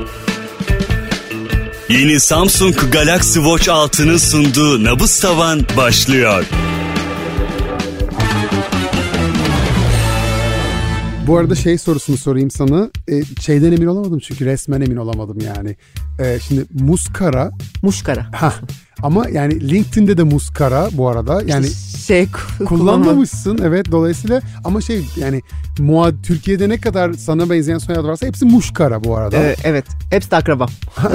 Yeni Samsung Galaxy Watch 6'nın sunduğu Nabız Tavan başlıyor. Bu arada sorusunu sorayım sana. Şeyden emin olamadım çünkü resmen emin olamadım yani. Şimdi muskara. Muşkara. Ama yani LinkedIn'de de muskara bu arada. Yani kullanmamışsın evet dolayısıyla ama yani Türkiye'de ne kadar sana benzeyen soyad varsa hepsi muşkara bu arada. Evet. Hepsi de akrabam.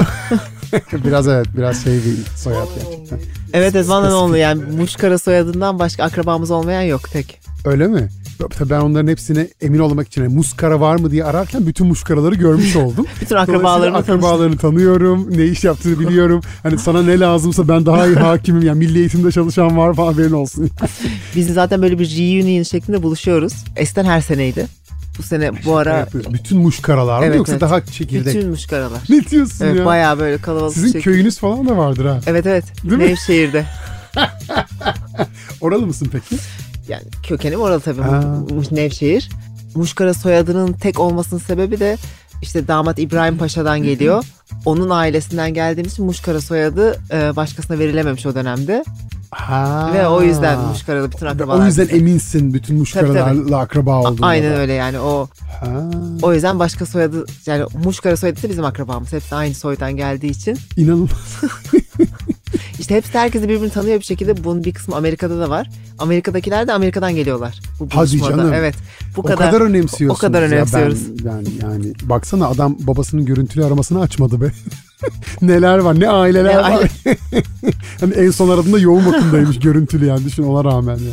biraz bir soyad gerçekten. Evet bana ne oldu yani muşkara soyadından başka akrabamız olmayan yok tek. Öyle mi? Tabii ben onların hepsine emin olmak için muskara var mı diye ararken bütün muşkaraları görmüş oldum. Bütün akrabalarını tanıyorum. Ne iş yaptığını biliyorum. Hani sana ne lazımsa ben daha iyi hakimim. Yani milli eğitimde çalışan var falan haberin olsun. Biz zaten böyle bir reunion şeklinde buluşuyoruz. Eskiden her seneydi. Bu sene bu ara... Bütün muşkaralar mı yoksa daha çekirdek? Bütün muşkaralar. Ne diyorsun ya? Bayağı böyle kalabalık. Sizin köyünüz falan da vardır ha. Evet. Nevşehir'de. Oralı mısın peki? Yani kökenim oralı tabii. Nevşehir. Muşkara soyadının tek olmasının sebebi de işte damat İbrahim Paşa'dan geliyor. Onun ailesinden geldiğimiz için Muşkara soyadı başkasına verilememiş o dönemde. Ve o yüzden Muşkaralı bütün akrabalar. O yüzden eminsin bütün Muşkaralarla akraba olduğunu. Aynen öyle yani o yüzden başka soyadı yani Muşkara soyadı da bizim akrabamız. Hepsi aynı soydan geldiği için. İnanılmaz. İşte hepsi herkesi birbirini tanıyor bir şekilde. Bunun bir kısmı Amerika'da da var. Amerika'dakiler de Amerika'dan geliyorlar. Hadi canım. Evet. O kadar önemsiyorsunuz. O kadar önemsiyoruz. Yani baksana adam babasının görüntülü aramasını açmadı be. Neler var, ne aileler var. Hani en son aradığında yoğun bakımdaymış görüntülü yani düşün ona rağmen ya.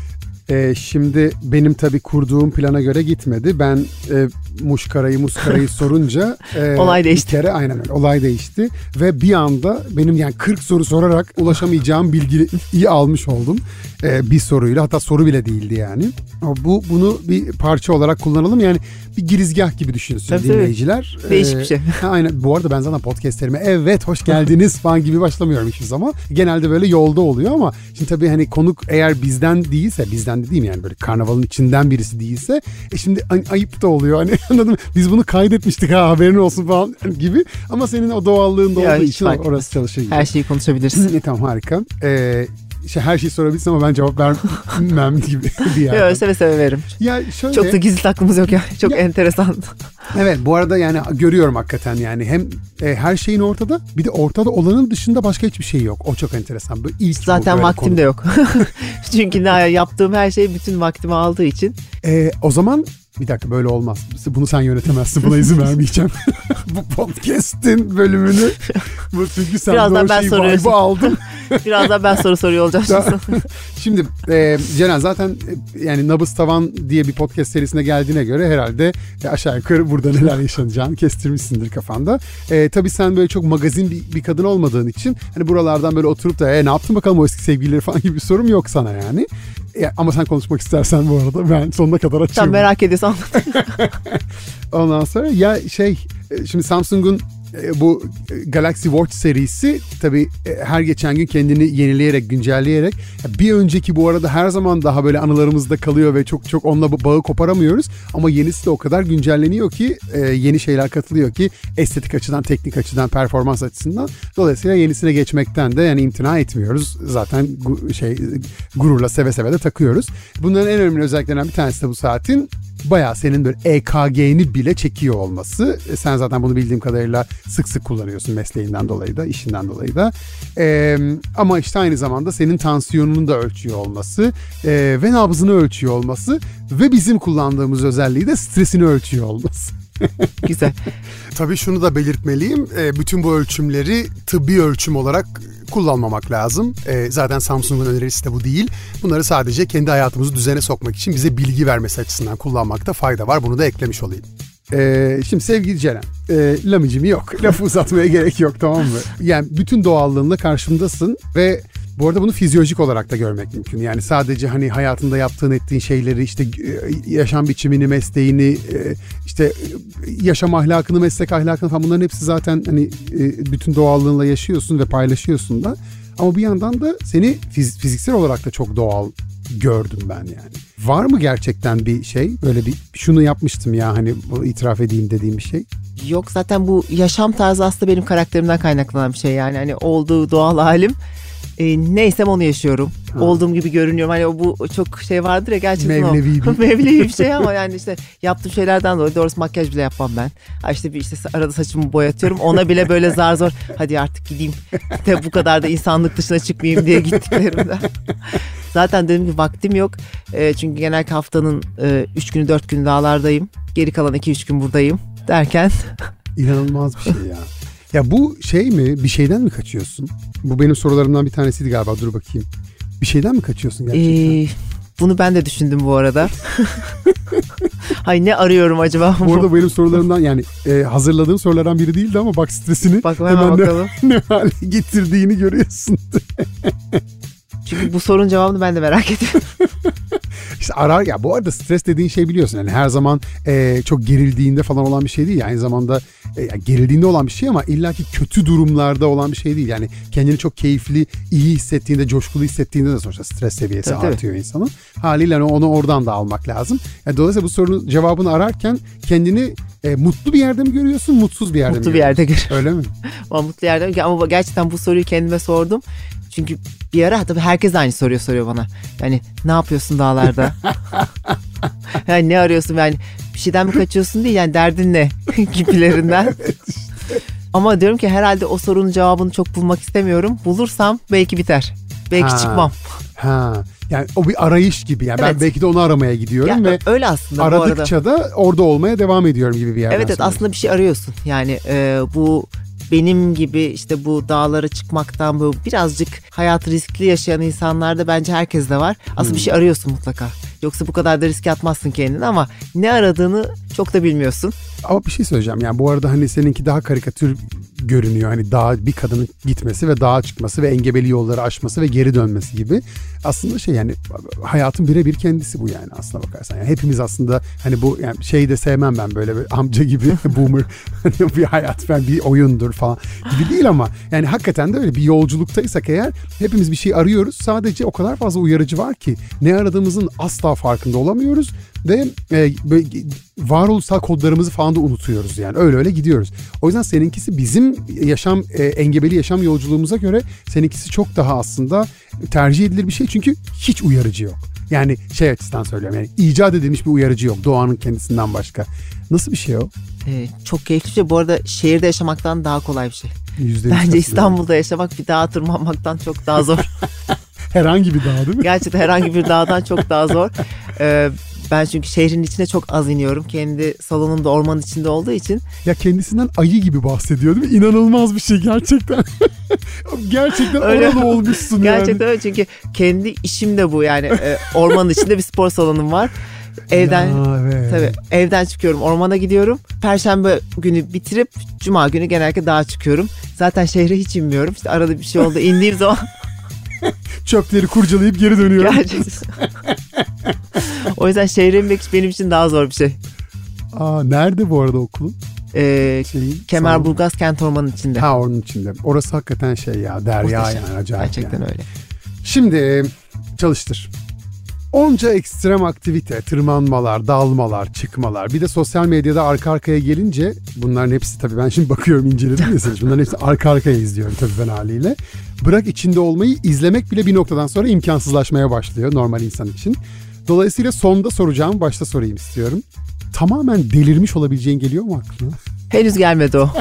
Şimdi benim tabii kurduğum plana göre gitmedi. Ben muskarayı sorunca olay değişti. Bir kere aynen öyle olay değişti ve bir anda benim yani 40 soru sorarak ulaşamayacağım bilgiyi almış oldum. Bir soruyla, hatta soru bile değildi yani. Bunu bir parça olarak kullanalım yani bir girizgah gibi düşünsün dinleyiciler. Değişik bir şey. Aynen. Bu arada ben zaten podcastlerime evet hoş geldiniz falan gibi başlamıyorum hiçbir zaman. Genelde böyle yolda oluyor ama şimdi tabii hani konuk eğer bizden de değil mi yani böyle karnavalın içinden birisi değilse şimdi ayıp da oluyor hani anladın mı? Biz bunu kaydetmiştik haberin olsun falan gibi ama senin o doğallığında olduğu için orası çalışır gibi. Her şeyi konuşabilirsin. Tamam harika. Her şeyi sorabilirsin ama ben cevap vermem gibi bir yerden. Yok seve veririm. Ya şöyle, çok da gizli aklımız yok ya. Çok enteresan. Evet bu arada yani görüyorum hakikaten yani hem her şeyin ortada bir de ortada olanın dışında başka hiçbir şey yok. O çok enteresan. Zaten vaktim de yok. Çünkü yaptığım her şey bütün vaktimi aldığı için. O zaman bir dakika böyle olmaz. Bunu sen yönetemezsin. Buna izin vermeyeceğim. Bu podcast'in bölümünü çünkü sen birazdan ben vibe'ı aldın. Birazdan ben soru soruyor olacağım. Şimdi Ceren zaten yani Nabız Tavan diye bir podcast serisine geldiğine göre herhalde aşağı yukarı burada neler yaşanacağını kestirmişsindir kafanda. Tabii sen böyle çok magazin bir kadın olmadığın için hani buralardan böyle oturup da ne yaptın bakalım o eski sevgilileri falan gibi bir sorum yok sana yani. Ama sen konuşmak istersen bu arada ben sonuna kadar açıyorum. Sen merak ediyorsan. Ondan sonra şimdi Samsung'un bu Galaxy Watch serisi tabii her geçen gün kendini yenileyerek, güncelleyerek bir önceki bu arada her zaman daha böyle anılarımızda kalıyor ve çok onunla bağı koparamıyoruz. Ama yenisi de o kadar güncelleniyor ki yeni şeyler katılıyor ki estetik açıdan, teknik açıdan, performans açısından. Dolayısıyla yenisine geçmekten de yani imtina etmiyoruz. Zaten gururla seve seve de takıyoruz. Bunların en önemli özelliklerinden bir tanesi de bu saatin bayağı senin böyle EKG'ni bile çekiyor olması. Sen zaten bunu bildiğim kadarıyla sık sık kullanıyorsun mesleğinden dolayı da, işinden dolayı da. Ama işte aynı zamanda senin tansiyonunu da ölçüyor olması ve nabzını ölçüyor olması ve bizim kullandığımız özelliği de stresini ölçüyor olması. Güzel. Tabii şunu da belirtmeliyim. Bütün bu ölçümleri tıbbi ölçüm olarak kullanmamak lazım. Zaten Samsung'un önerisi de bu değil. Bunları sadece kendi hayatımızı düzene sokmak için bize bilgi vermesi açısından kullanmakta fayda var. Bunu da eklemiş olayım. Şimdi sevgili Ceren, lamicimi yok. Lafı uzatmaya gerek yok, tamam mı? Yani bütün doğallığınla karşımdasın ve bu arada bunu fizyolojik olarak da görmek mümkün. Yani sadece hani hayatında yaptığın ettiğin şeyleri işte yaşam biçimini, mesleğini, işte yaşam ahlakını, meslek ahlakını falan bunların hepsi zaten hani bütün doğallığınla yaşıyorsun ve paylaşıyorsun da. Ama bir yandan da seni fiziksel olarak da çok doğal gördüm ben yani. Var mı gerçekten bir şey? Böyle bir şunu yapmıştım ya hani itiraf edeyim dediğim bir şey? Yok, zaten bu yaşam tarzı aslında benim karakterimden kaynaklanan bir şey yani. Hani olduğu doğal halim. Neysem onu yaşıyorum. Olduğum gibi görünüyorum. Hani bu çok şey vardır ya gerçekten Mevlevi bir şey ama yani işte yaptığım şeylerden dolayı doğrusu makyaj bile yapmam ben. İşte arada saçımı boyatıyorum. Ona bile böyle zar zor hadi artık gideyim. De bu kadar da insanlık dışına çıkmayayım diye gittiklerimden. Zaten dedim ki vaktim yok. Çünkü genellikle haftanın 3 günü 4 günü dağlardayım. Geri kalan 2-3 gün buradayım derken. İnanılmaz bir şey ya. Ya bu şey mi? Bir şeyden mi kaçıyorsun? Bu benim sorularımdan bir tanesiydi galiba. Dur bakayım. Bir şeyden mi kaçıyorsun gerçekten? Bunu ben de düşündüm bu arada. Hay ne arıyorum acaba? Bu arada benim sorularımdan yani hazırladığım sorulardan biri değildi ama bak stresini bak, hemen bakalım. Ne hale getirdiğini görüyorsun. Çünkü bu sorunun cevabını ben de merak ediyorum. İşte arar ya, bu arada stres dediğin şey biliyorsun yani her zaman çok gerildiğinde falan olan bir şey değil. Aynı zamanda gerildiğinde olan bir şey ama illaki kötü durumlarda olan bir şey değil. Yani kendini çok keyifli, iyi hissettiğinde, coşkulu hissettiğinde de sonuçta stres seviyesi tabii, artıyor insanın. Haliyle onu oradan da almak lazım. Yani dolayısıyla bu sorunun cevabını ararken kendini mutlu bir yerde mi görüyorsun, mutsuz bir yerde mutlu mi görüyorsun? Mutlu bir yerde görüyorum. Öyle mi? Mutlu yerde, ama gerçekten bu soruyu kendime sordum. Çünkü bir ara tabii herkes aynı soruyu soruyor bana. Yani ne yapıyorsun dağlarda? Yani ne arıyorsun? Yani bir şeyden mi kaçıyorsun değil, yani derdin ne gibilerinden. Ama diyorum ki herhalde o sorunun cevabını çok bulmak istemiyorum. Bulursam belki biter. Belki çıkmam. Yani o bir arayış gibi. Yani evet. Ben belki de onu aramaya gidiyorum yani ve öyle aslında aradıkça da orada olmaya devam ediyorum gibi bir yerden sonra. Evet, aslında bir şey arıyorsun. Yani bu benim gibi işte bu dağlara çıkmaktan böyle birazcık hayatı riskli yaşayan insanlarda bence herkes de var. Aslında bir şey arıyorsun mutlaka. Yoksa bu kadar da riske atmazsın kendini ama ne aradığını çok da bilmiyorsun. Ama bir şey söyleyeceğim yani bu arada hani seninki daha karikatür görünüyor. Hani dağa bir kadının gitmesi ve dağa çıkması ve engebeli yolları aşması ve geri dönmesi gibi. Aslında şey yani hayatın birebir kendisi bu yani aslına bakarsan. Yani hepimiz aslında hani bu yani şeyi de sevmem ben böyle amca gibi boomer hani bir hayat falan bir oyundur falan gibi değil ama yani hakikaten de öyle bir yolculuktaysak eğer hepimiz bir şey arıyoruz. Sadece o kadar fazla uyarıcı var ki ne aradığımızın asla farkında olamıyoruz ve varoluşsal kodlarımızı falan da unutuyoruz yani öyle gidiyoruz. O yüzden seninkisi bizim engebeli yaşam yolculuğumuza göre seninkisi çok daha aslında tercih edilir bir şey çünkü hiç uyarıcı yok. Yani şey açısından söylüyorum yani icat edilmiş bir uyarıcı yok doğanın kendisinden başka. Nasıl bir şey o? Çok keyifli bir şey. Bu arada şehirde yaşamaktan daha kolay bir şey. Bence İstanbul'da yaşamak bir dağa tırmanmaktan çok daha zor. Herhangi bir dağ değil mi? Gerçekten herhangi bir dağdan çok daha zor. Ben çünkü şehrin içine çok az iniyorum. Kendi salonum da ormanın içinde olduğu için. Ya kendisinden ayı gibi bahsediyor değil mi? İnanılmaz bir şey gerçekten. Gerçekten öyle, oralı olmuşsun gerçekten öyle çünkü kendi işim de bu yani. Ormanın içinde bir spor salonum var. Evden çıkıyorum, ormana gidiyorum. Perşembe günü bitirip cuma günü genellikle dağa çıkıyorum. Zaten şehre hiç inmiyorum. İşte arada bir şey oldu indiğim zaman çöpleri kurcalayıp geri dönüyorum. Gerçekten. O yüzden şehre inmek benim için daha zor bir şey. Nerede bu arada okulun? Kemerburgaz Kent Ormanı'nın içinde. Onun içinde. Orası hakikaten şey ya derya muhteşem. Yani acayip. Gerçekten yani. Öyle. Şimdi çalıştır. Onca ekstrem aktivite, tırmanmalar, dalmalar, çıkmalar. Bir de sosyal medyada arka arkaya gelince bunların hepsi tabii ben şimdi bakıyorum inceledim mesela. Bunların hepsi arka arkaya izliyorum tabii ben haliyle. Bırak içinde olmayı izlemek bile bir noktadan sonra imkansızlaşmaya başlıyor normal insan için. Dolayısıyla sonda soracağım başta sorayım istiyorum. Tamamen delirmiş olabileceğin geliyor mu aklına? Henüz gelmedi o.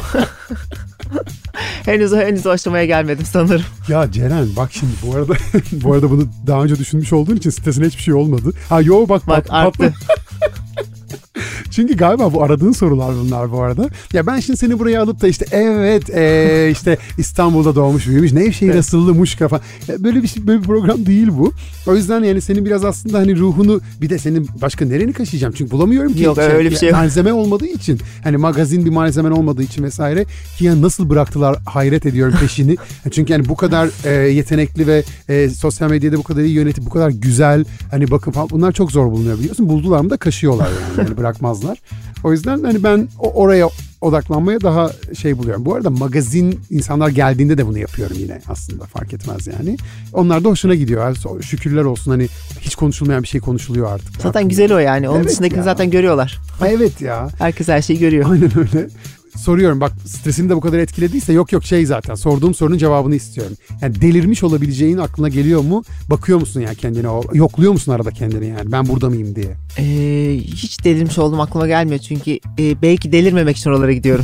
henüz o aşamaya gelmedim sanırım. Ya Ceren bak şimdi bu arada bunu daha önce düşünmüş olduğun için stresine hiçbir şey olmadı. Bak arttı. Çünkü galiba bu aradığın sorular bunlar bu arada. Ya ben şimdi seni buraya alıp da işte işte İstanbul'da doğmuş büyümüş Nevşehir asıllı Muşka falan. Böyle bir program değil bu. O yüzden yani senin biraz aslında hani ruhunu bir de senin başka nereni kaşıyacağım? Çünkü bulamıyorum ki. Yok öyle bir şey yok. Malzeme olmadığı için hani magazin bir malzemen olmadığı için vesaire ki yani nasıl bıraktılar hayret ediyorum peşini. Çünkü yani bu kadar yetenekli ve sosyal medyada bu kadar iyi yönetip bu kadar güzel hani bakın falan bunlar çok zor bulunuyor biliyorsun. Buldular mı da kaşıyorlar yani bırakmazlar. O yüzden hani ben oraya odaklanmaya daha şey buluyorum. Bu arada magazin insanlar geldiğinde de bunu yapıyorum yine aslında, fark etmez yani. Onlar da hoşuna gidiyor. Şükürler olsun, hani hiç konuşulmayan bir şey konuşuluyor artık. Zaten güzel o yani. Onun dışındakini zaten görüyorlar. Evet ya. Herkes her şeyi görüyor. Aynen öyle. Soruyorum bak, stresini de bu kadar etkilediyse yok şey zaten sorduğum sorunun cevabını istiyorum. Yani delirmiş olabileceğin aklına geliyor mu? Bakıyor musun yani kendine, yokluyor musun arada kendini yani ben burada mıyım diye? Hiç delirmiş olduğum aklıma gelmiyor çünkü belki delirmemek için oralara gidiyorum.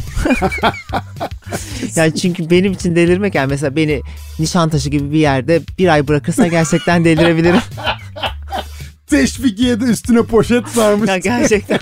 Yani çünkü benim için delirmek, yani mesela beni Nişantaşı gibi bir yerde bir ay bırakırsa gerçekten delirebilirim. Teşvikiye'de üstüne poşet sarmış. Ya gerçekten.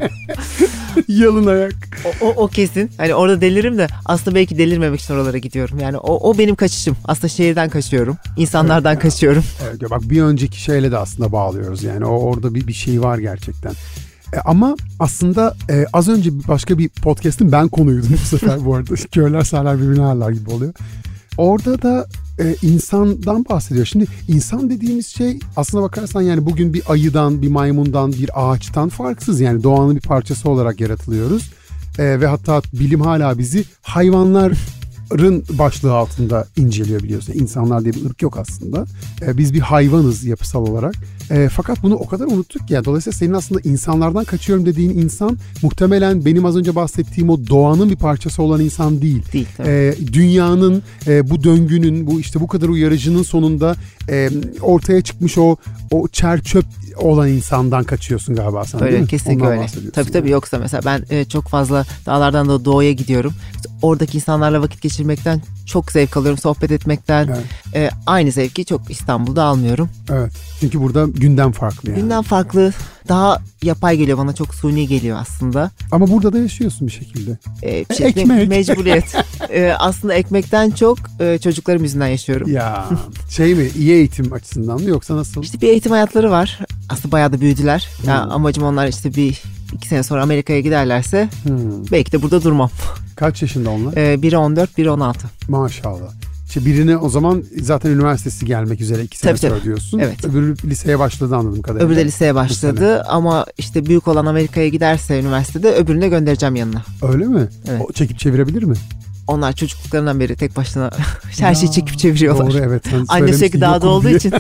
Yalın ayak. O kesin. Hani orada deliririm de aslında belki delirmemek için oralara gidiyorum. Yani o benim kaçışım. Aslında şehirden kaçıyorum. İnsanlardan kaçıyorum. Evet, bak bir önceki şeyle de aslında bağlıyoruz. Yani orada bir şey var gerçekten. Ama aslında az önce başka bir podcast'ın ben konuydum bu sefer bu arada. Körler sağlar birbirine ağırlar gibi oluyor. Orada da insandan bahsediyor. Şimdi insan dediğimiz şey aslına bakarsan yani bugün bir ayıdan, bir maymundan, bir ağaçtan farksız. Yani doğanın bir parçası olarak yaratılıyoruz. Ve hatta bilim hala bizi hayvanların başlığı altında inceliyor, biliyorsun. İnsanlar diye bir ırk yok aslında. Biz bir hayvanız yapısal olarak. Fakat bunu o kadar unuttuk ki. Yani dolayısıyla senin aslında insanlardan kaçıyorum dediğin insan muhtemelen benim az önce bahsettiğim o doğanın bir parçası olan insan değil. Dünyanın, bu döngünün, bu işte bu kadar uyarıcının sonunda ortaya çıkmış o çer çöp olan insandan kaçıyorsun galiba sen, öyle, değil mi? Kesinlikle Ondan öyle. Tabii yoksa mesela ben çok fazla dağlardan da doğuya gidiyorum. İşte oradaki insanlarla vakit geçirmekten çok zevk alıyorum, sohbet etmekten. Evet. Aynı zevki çok İstanbul'da almıyorum. Evet. Çünkü burada gündem farklı yani. Gündem farklı. Daha yapay geliyor bana, çok suni geliyor aslında. Ama burada da yaşıyorsun bir şekilde. Ekmek. Mecburiyet. Aslında ekmekten çok çocuklarım yüzünden yaşıyorum. Ya şey mi, iyi eğitim açısından mı yoksa nasıl? İşte bir eğitim hayatları var. Aslında bayağı da büyüdüler. Yani amacım onlar işte 2 sene sonra Amerika'ya giderlerse belki de burada durmam. Kaç yaşında onlar? Biri 14, biri 16. Maşallah. İşte birine o zaman zaten üniversitesi gelmek üzere 2 sene sonra diyorsun. Evet. Öbürü liseye başladı anladığım kadarıyla. Öbürü de liseye başladı ama işte büyük olan Amerika'ya giderse üniversitede öbürünü de göndereceğim yanına. Öyle mi? Evet. O çekip çevirebilir mi? Onlar çocukluklarından beri tek başına her şeyi çekip çeviriyorlar. Doğru, evet. Anne sürekli dağda olduğu için.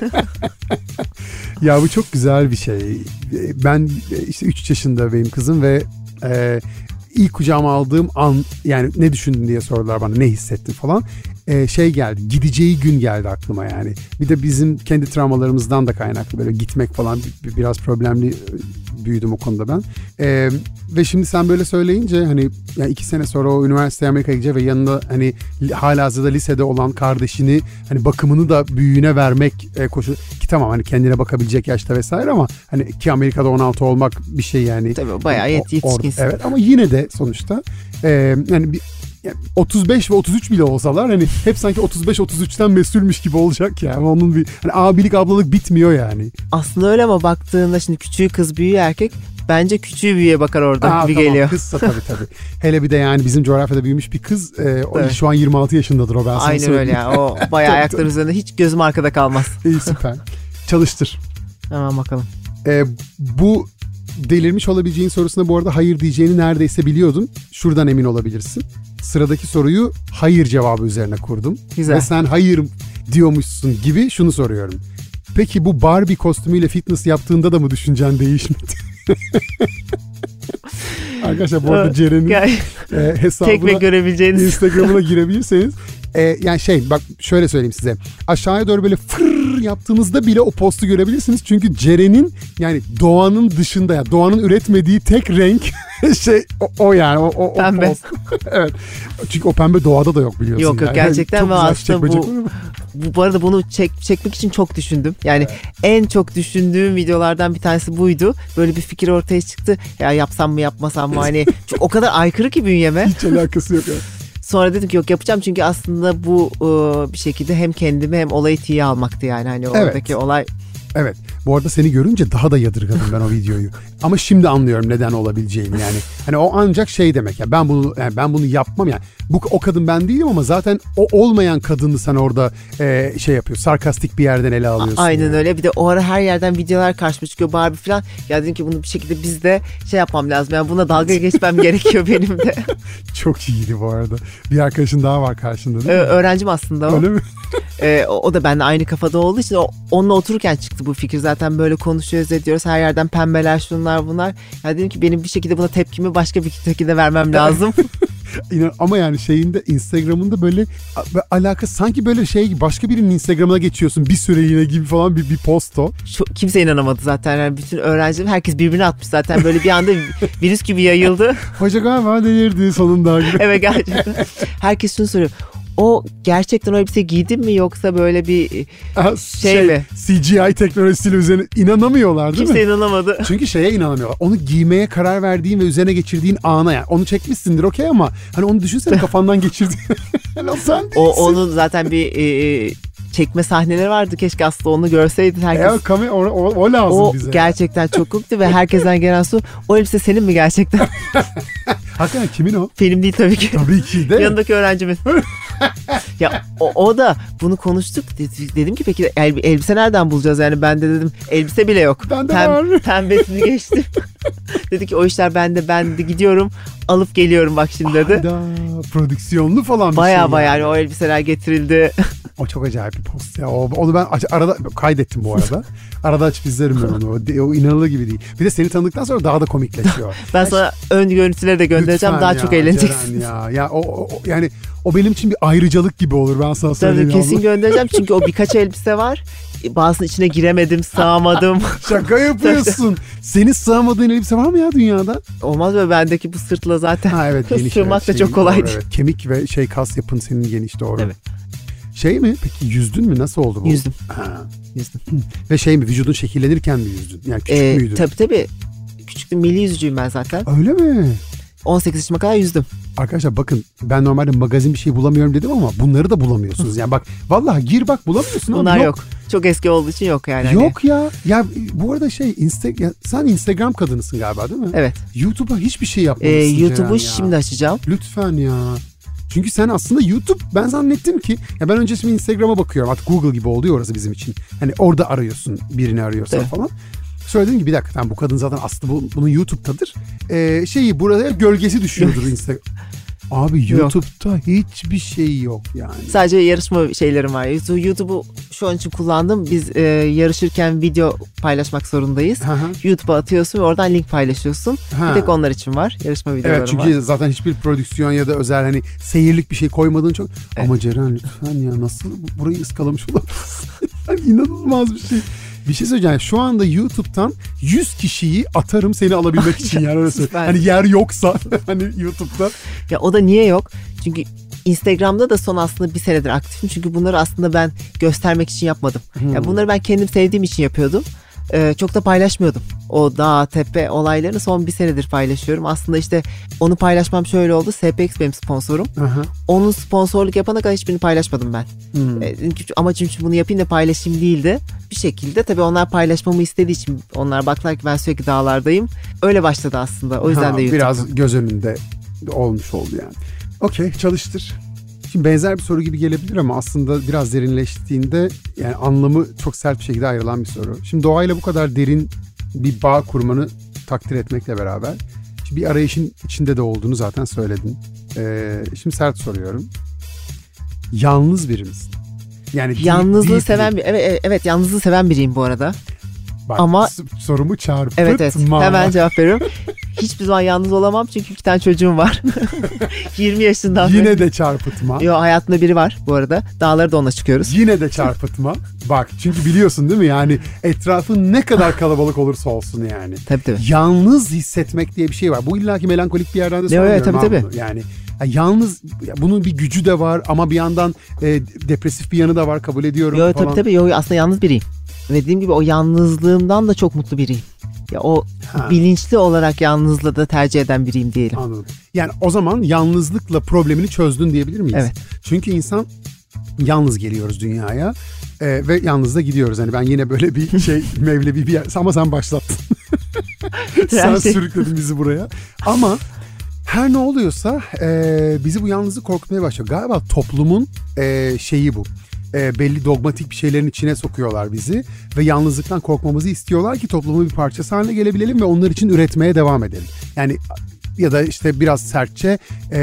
Ya bu çok güzel bir şey. Ben işte 3 yaşında benim kızım ve ilk kucağıma aldığım an yani ne düşündün diye sordular bana, ne hissettin falan. Şey geldi, gideceği gün geldi aklıma yani. Bir de bizim kendi travmalarımızdan da kaynaklı böyle gitmek falan biraz problemli büyüdüm o konuda ben. Ve şimdi sen böyle söyleyince hani yani 2 sene sonra o üniversiteye Amerika'ya gidecek ve yanında hani halihazırda lisede olan kardeşini hani bakımını da büyüğüne vermek koşu ki tamam hani kendine bakabilecek yaşta vesaire ama hani ki Amerika'da 16 olmak bir şey yani. Tabii bayağı yetişkinsin. Evet ama yine de sonuçta yani bir 35 ve 33 bile olsalar hani hep sanki 35-33'ten mesulmüş gibi olacak yani. Onun bir hani abilik ablalık bitmiyor yani. Aslında öyle ama baktığında şimdi küçüğü kız büyüğü erkek, bence küçüğü büyüğe bakar orada gibi tamam, geliyor. Kızsa tabii. Hele bir de yani bizim coğrafyada büyümüş bir kız o şu an 26 yaşındadır o, ben sana aynen söyleyeyim. öyle yani, o bayağı ayakları üzerinde hiç gözüm arkada kalmaz. İyi, süper. Çalıştır. Hemen bakalım. Bu delirmiş olabileceğin sorusuna bu arada hayır diyeceğini neredeyse biliyordum. Şuradan emin olabilirsin. Sıradaki soruyu hayır cevabı üzerine kurdum. Güzel. Ve sen hayır diyormuşsun gibi şunu soruyorum. Peki bu Barbie kostümüyle fitness yaptığında da mı düşüncen değişmedi? Arkadaşlar bu arada Ceren'in hesabına, tek ve görebileceğiniz Instagram'ına girebilirseniz yani bak şöyle söyleyeyim size. Aşağıya doğru böyle fırr yaptığınızda bile o postu görebilirsiniz. Çünkü Ceren'in yani doğanın dışında ya doğanın üretmediği tek renk o yani o pembe. Post. Evet. Çünkü o pembe doğada da yok biliyorsun. Yok yani. gerçekten ve aslında bu arada bunu çekmek için çok düşündüm. Yani en çok düşündüğüm videolardan bir tanesi buydu. Böyle bir fikir ortaya çıktı. Ya yapsam mı yapmasam mı hani o kadar aykırı ki bünyeme. Hiç alakası yok. Yani. Sonra dedim ki yok yapacağım çünkü aslında bu bir şekilde hem kendimi hem olayı tiye almaktı yani hani oradaki olay Evet. Bu arada seni görünce daha da yadırgadım ben o videoyu. Ama şimdi anlıyorum neden olabileceğini yani. Hani o ancak şey demek ya, ben bunu yapmam yani. O kadın ben değilim ama zaten o olmayan kadını sen orada şey yapıyor. Sarkastik bir yerden ele alıyorsun. Aynen yani. öyle. Bir de o ara her yerden videolar karşıma çıkıyor, Barbie falan. Ya dedim ki bunu bir şekilde biz de şey yapmam lazım. Yani buna dalga geçmem gerekiyor benim de. Çok iyiydi bu arada. Bir arkadaşın daha var karşında değil mi? Öğrencim aslında o. Öyle mi? O da benimle aynı kafada olduğu için onunla otururken çıktı bu fikir. Zaten böyle konuşuyoruz, ediyoruz. Her yerden pembeler, şunlar bunlar. Ya dedim ki benim bir şekilde buna tepkimi başka bir şekilde vermem lazım. Ama yani şeyinde, Instagram'ında böyle alakası sanki böyle şey gibi, başka birinin Instagram'ına geçiyorsun bir süreliğine gibi falan bir post o. Kimse inanamadı zaten. Yani bütün öğrencilerim, herkes birbirine atmış zaten. Böyle bir anda virüs gibi yayıldı. Hoca galiba delirdi sonunda. Evet, gerçekten. Herkes şunu soruyor. O gerçekten o elbise giydin mi yoksa böyle bir şey mi? CGI teknolojisiyle üzerine inanamıyorlar değil Kimse mi? inanamadı. Çünkü şeye inanamıyorlar. Onu giymeye karar verdiğin ve üzerine geçirdiğin ana yani. Onu çekmişsindir okey ama hani onu düşünsene kafandan geçirdiğin. O sen değilsin. Onun zaten bir çekme sahneleri vardı. Keşke aslında onu görseydi herkes. O lazım o bize. Gerçekten çok komikti ve herkesten gelen soru, o elbise senin mi gerçekten? Hakikaten kimin o? Benim değil tabii ki. Tabii ki de. Yanındaki öğrencimin. Ya o da bunu konuştuk. Dedim ki peki elbise nereden bulacağız? Yani ben de dedim elbise bile yok. Bende var. Pembesini geçtim. Dedi ki o işler bende, ben de gidiyorum alıp geliyorum bak şimdi dedi. Hayda, prodüksiyonlu falan bir Baya şey. yani o elbiseler getirildi. O çok acayip bir post ya. Onu ben arada kaydettim bu arada. Arada açıp izlerim ben onu. O inanılır gibi değil. Bir de seni tanıdıktan sonra daha da komikleşiyor. Ben sana ön görüntüleri de göndereceğim. Lütfen daha ya, çok eğleneceksin. Ya yani o benim için bir ayrıcalık gibi olur, ben sana söyleyeyim. Tabii kesin göndereceğim çünkü o birkaç elbise var. Bazısının içine giremedim, sığamadım. Şaka yapıyorsun. Senin sığamadığın elbise var mı ya dünyada? Olmaz mı? Bendeki bu sırtla zaten. Ha evet, geniş. Sığmak da çok kolaydı. Doğru, evet. Kemik ve kas yapın senin geniş, doğru. Evet. Şey mi? Peki yüzdün mü? Nasıl oldu bu? Yüzdüm. Ha. Yüzdüm. Ve şey mi? Vücudun şekillenirken mi yüzdün? Yani küçük müydün? Tabii. Küçüktüm. Milli yüzücüyüm ben zaten. Öyle mi? 18 yaşıma kadar yüzdüm. Arkadaşlar bakın, ben normalde magazin bir şey bulamıyorum dedim ama bunları da bulamıyorsunuz. Yani bak vallahi gir bak, bulamıyorsun. Bunlar yok. Çok eski olduğu için yok yani. Yok ya. Ya bu arada sen Instagram kadınısın galiba değil mi? Evet. YouTube'a hiçbir şey yapmamışsın YouTube'u şimdi açacağım. Lütfen ya. Çünkü sen aslında YouTube, ben zannettim ki ya, ben öncesinde Instagram'a bakıyorum. Artık Google gibi oldu ya orası bizim için. Hani orada arıyorsun, birini arıyorsan evet. falan. Söyledim ki bir dakika, tamam, bu kadın zaten aslında bunun YouTube'dadır. Burada gölgesi düşüyordur Instagram. Abi YouTube'da hiçbir şey yok yani. Sadece yarışma şeylerim var. YouTube'u şu an için kullandım. Biz yarışırken video paylaşmak zorundayız. YouTube'a atıyorsun ve oradan link paylaşıyorsun. Bir tek onlar için var. Yarışma videolarım var. Evet, çünkü zaten hiçbir prodüksiyon ya da özel hani seyirlik bir şey koymadığın çok. Evet. Ama Ceren lütfen ya, nasıl burayı ıskalamış olabilirsin? İnanılmaz bir şey. Bir şey söyleyeceğim. Şu anda YouTube'dan 100 kişiyi atarım seni alabilmek için yani, öyle söyleyeyim. Hani yer yoksa hani YouTube'da. Ya o da niye yok? Çünkü Instagram'da da son aslında bir senedir aktifim. Çünkü bunları aslında ben göstermek için yapmadım. Yani bunları ben kendim sevdiğim için yapıyordum. Çok da paylaşmıyordum. O dağ, tepe olaylarını son bir senedir paylaşıyorum. Aslında işte onu paylaşmam şöyle oldu. SPX benim sponsorum. Onun sponsorluk yapana kadar hiçbirini paylaşmadım ben. Amacım bunu yapayım da paylaşayım değildi. Bir şekilde tabii onlar paylaşmamı istediği için, onlar baktılar ki ben sürekli dağlardayım. Öyle başladı aslında. O yüzden de YouTube. Biraz göz önünde olmuş oldu yani. Okey, çalıştır. Şimdi benzer bir soru gibi gelebilir ama aslında biraz derinleştiğinde yani anlamı çok sert bir şekilde ayrılan bir soru. Şimdi doğayla bu kadar derin bir bağ kurmanı takdir etmekle beraber şimdi bir arayışın içinde de olduğunu zaten söyledin. Şimdi sert soruyorum. Yalnız biri misin? Yani yalnızlığı seven bir, evet yalnızlığı seven biriyim bu arada. Bak, ama sorumu çarpıtma. Evet, hemen cevap veriyorum. Hiçbir zaman yalnız olamam çünkü 2 tane çocuğum var. 20 yaşından beri. Yine de çarpıtma. Yo, hayatımda biri var bu arada. Dağları da onunla çıkıyoruz. Yine de çarpıtma. Bak, çünkü biliyorsun değil mi yani etrafın ne kadar kalabalık olursa olsun yani. Tabii. Yalnız hissetmek diye bir şey var. Bu illaki melankolik bir yerden de söylüyorum. Tabii. Yani yalnız, bunun bir gücü de var ama bir yandan depresif bir yanı da var, kabul ediyorum falan. Tabii. Yo, aslında yalnız biriyim. Ve dediğim gibi o yalnızlığımdan da çok mutlu biriyim. Ya o bilinçli olarak yalnızlığı da tercih eden biriyim diyelim. Anladım. Yani o zaman yalnızlıkla problemini çözdün diyebilir miyiz? Evet. Çünkü insan yalnız geliyoruz dünyaya. Ve yalnız da gidiyoruz. Hani ben yine böyle bir şey Mevlevi bir yer. Ama sen başlattın. Sen sürükledin bizi buraya. Ama her ne oluyorsa bizi bu yalnızlık korkutmaya başlıyor. Galiba toplumun şeyi bu. Belli dogmatik bir şeylerin içine sokuyorlar bizi ve yalnızlıktan korkmamızı istiyorlar ki toplumun bir parçası haline gelebilelim ve onlar için üretmeye devam edelim. Yani ya da işte biraz sertçe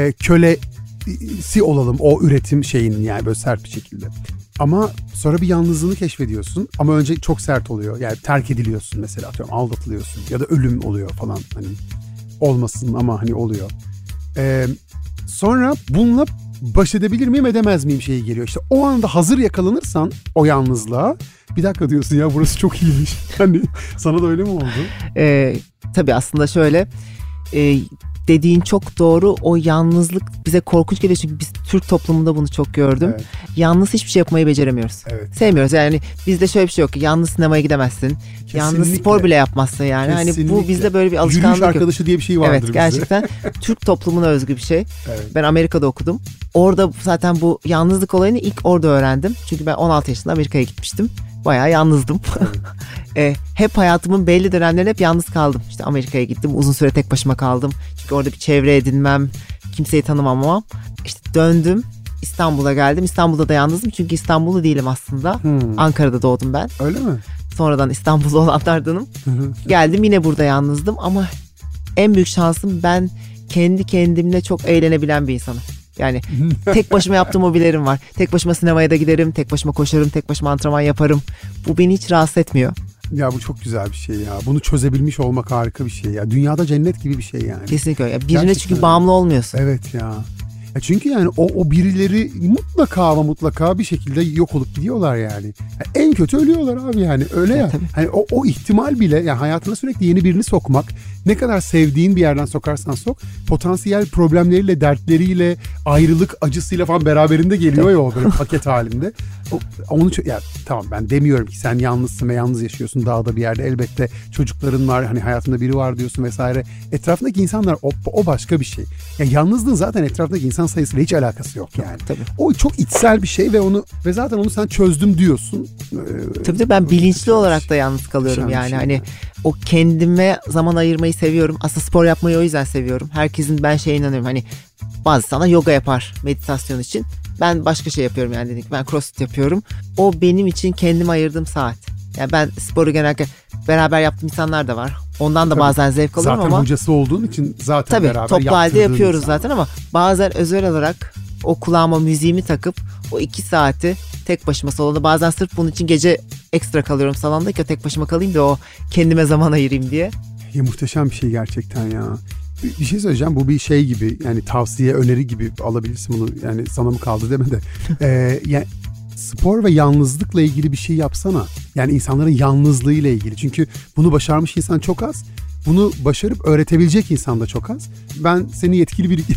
kölesi olalım o üretim şeyinin, yani böyle sert bir şekilde. Ama sonra bir yalnızlığını keşfediyorsun ama önce çok sert oluyor. Yani terk ediliyorsun mesela, atıyorum, aldatılıyorsun ya da ölüm oluyor falan, hani olmasın ama hani oluyor. Sonra bununla baş edebilir miyim edemez miyim şeyi geliyor. İşte o anda hazır yakalanırsan o yalnızlığa, bir dakika diyorsun ya, burası çok iyiymiş. Hani sana da öyle mi oldu? Tabii aslında şöyle, dediğin çok doğru. O yalnızlık bize korkunç geliyor çünkü biz Türk toplumunda bunu çok gördüm. Evet. Yalnız hiçbir şey yapmayı beceremiyoruz. Evet. Sevmiyoruz yani, bizde şöyle bir şey yok ki yalnız sinemaya gidemezsin. Kesinlikle. Yalnız spor bile yapmazsın yani. Kesinlikle. Hani bu bizde böyle bir alışkanlık yok. Yürüyüş arkadaşı diye bir şey vardır bizde. Evet, gerçekten Türk toplumuna özgü bir şey. Evet. Ben Amerika'da okudum. Orada zaten bu yalnızlık olayını ilk orada öğrendim. Çünkü ben 16 yaşında Amerika'ya gitmiştim. Bayağı yalnızdım. Hep hayatımın belli dönemlerinde hep yalnız kaldım. İşte Amerika'ya gittim, uzun süre tek başıma kaldım. Çünkü orada bir çevre edinmem, kimseyi tanımamam. İşte döndüm, İstanbul'a geldim. İstanbul'da da yalnızdım çünkü İstanbullu değilim aslında. Ankara'da doğdum ben. Öyle mi? Sonradan İstanbullu olanlardanım. Geldim, yine burada yalnızdım ama en büyük şansım, ben kendi kendimle çok eğlenebilen bir insanım. Yani tek başıma yaptığım hobilerim var. Tek başıma sinemaya da giderim, tek başıma koşarım, tek başıma antrenman yaparım. Bu beni hiç rahatsız etmiyor. Ya bu çok güzel bir şey ya. Bunu çözebilmiş olmak harika bir şey ya. Dünyada cennet gibi bir şey yani. Kesinlikle öyle. Birine gerçekten çünkü bağımlı olmuyorsun. Evet ya. Çünkü yani o birileri mutlaka bir şekilde yok olup gidiyorlar yani. En kötü ölüyorlar abi yani. Öyle ya. Hani o ihtimal bile, yani hayatına sürekli yeni birini sokmak, ne kadar sevdiğin bir yerden sokarsan sok, potansiyel problemleriyle, dertleriyle, ayrılık acısıyla falan beraberinde geliyor ya, o böyle paket halinde. Onu ya tamam, ben demiyorum ki sen yalnızsın ve yalnız yaşıyorsun dağda bir yerde, elbette çocukların var, hani hayatında biri var diyorsun vesaire. Etrafındaki insanlar o başka bir şey. Yani yalnızlığın zaten etrafındaki insan sayısıyla hiç alakası yok yani. Tabii. O çok içsel bir şey ve zaten onu sen çözdüm diyorsun. Tabii ben bilinçli olarak da yalnız kalıyorum yani. Hani o kendime zaman ayırmayı seviyorum. Aslında spor yapmayı o yüzden seviyorum. Herkesin, ben şeye inanıyorum. Hani bazı sana yoga yapar meditasyon için. Ben başka şey yapıyorum yani, dedik. Ben crossfit yapıyorum. O benim için kendime ayırdığım saat. Yani ben sporu genellikle beraber yaptığım insanlar da var. Ondan da tabii, bazen zevk alıyorum ama. Zaten hocası olduğun için zaten tabii, beraber toplu halde yapıyoruz insan zaten ama bazen özel olarak o kulağıma müziğimi takıp o 2 saati tek başıma salonda, bazen sırf bunun için gece ekstra kalıyorum salonda ki tek başıma kalayım da o kendime zaman ayırayım diye. Ya muhteşem bir şey gerçekten ya. Bir şey söyleyeceğim, bu bir şey gibi, yani tavsiye, öneri gibi alabilirsin bunu, yani sana mı kaldı deme de. Yani spor ve yalnızlıkla ilgili bir şey yapsana. Yani insanların yalnızlığıyla ilgili. Çünkü bunu başarmış insan çok az. Bunu başarıp öğretebilecek insan da çok az. Ben seni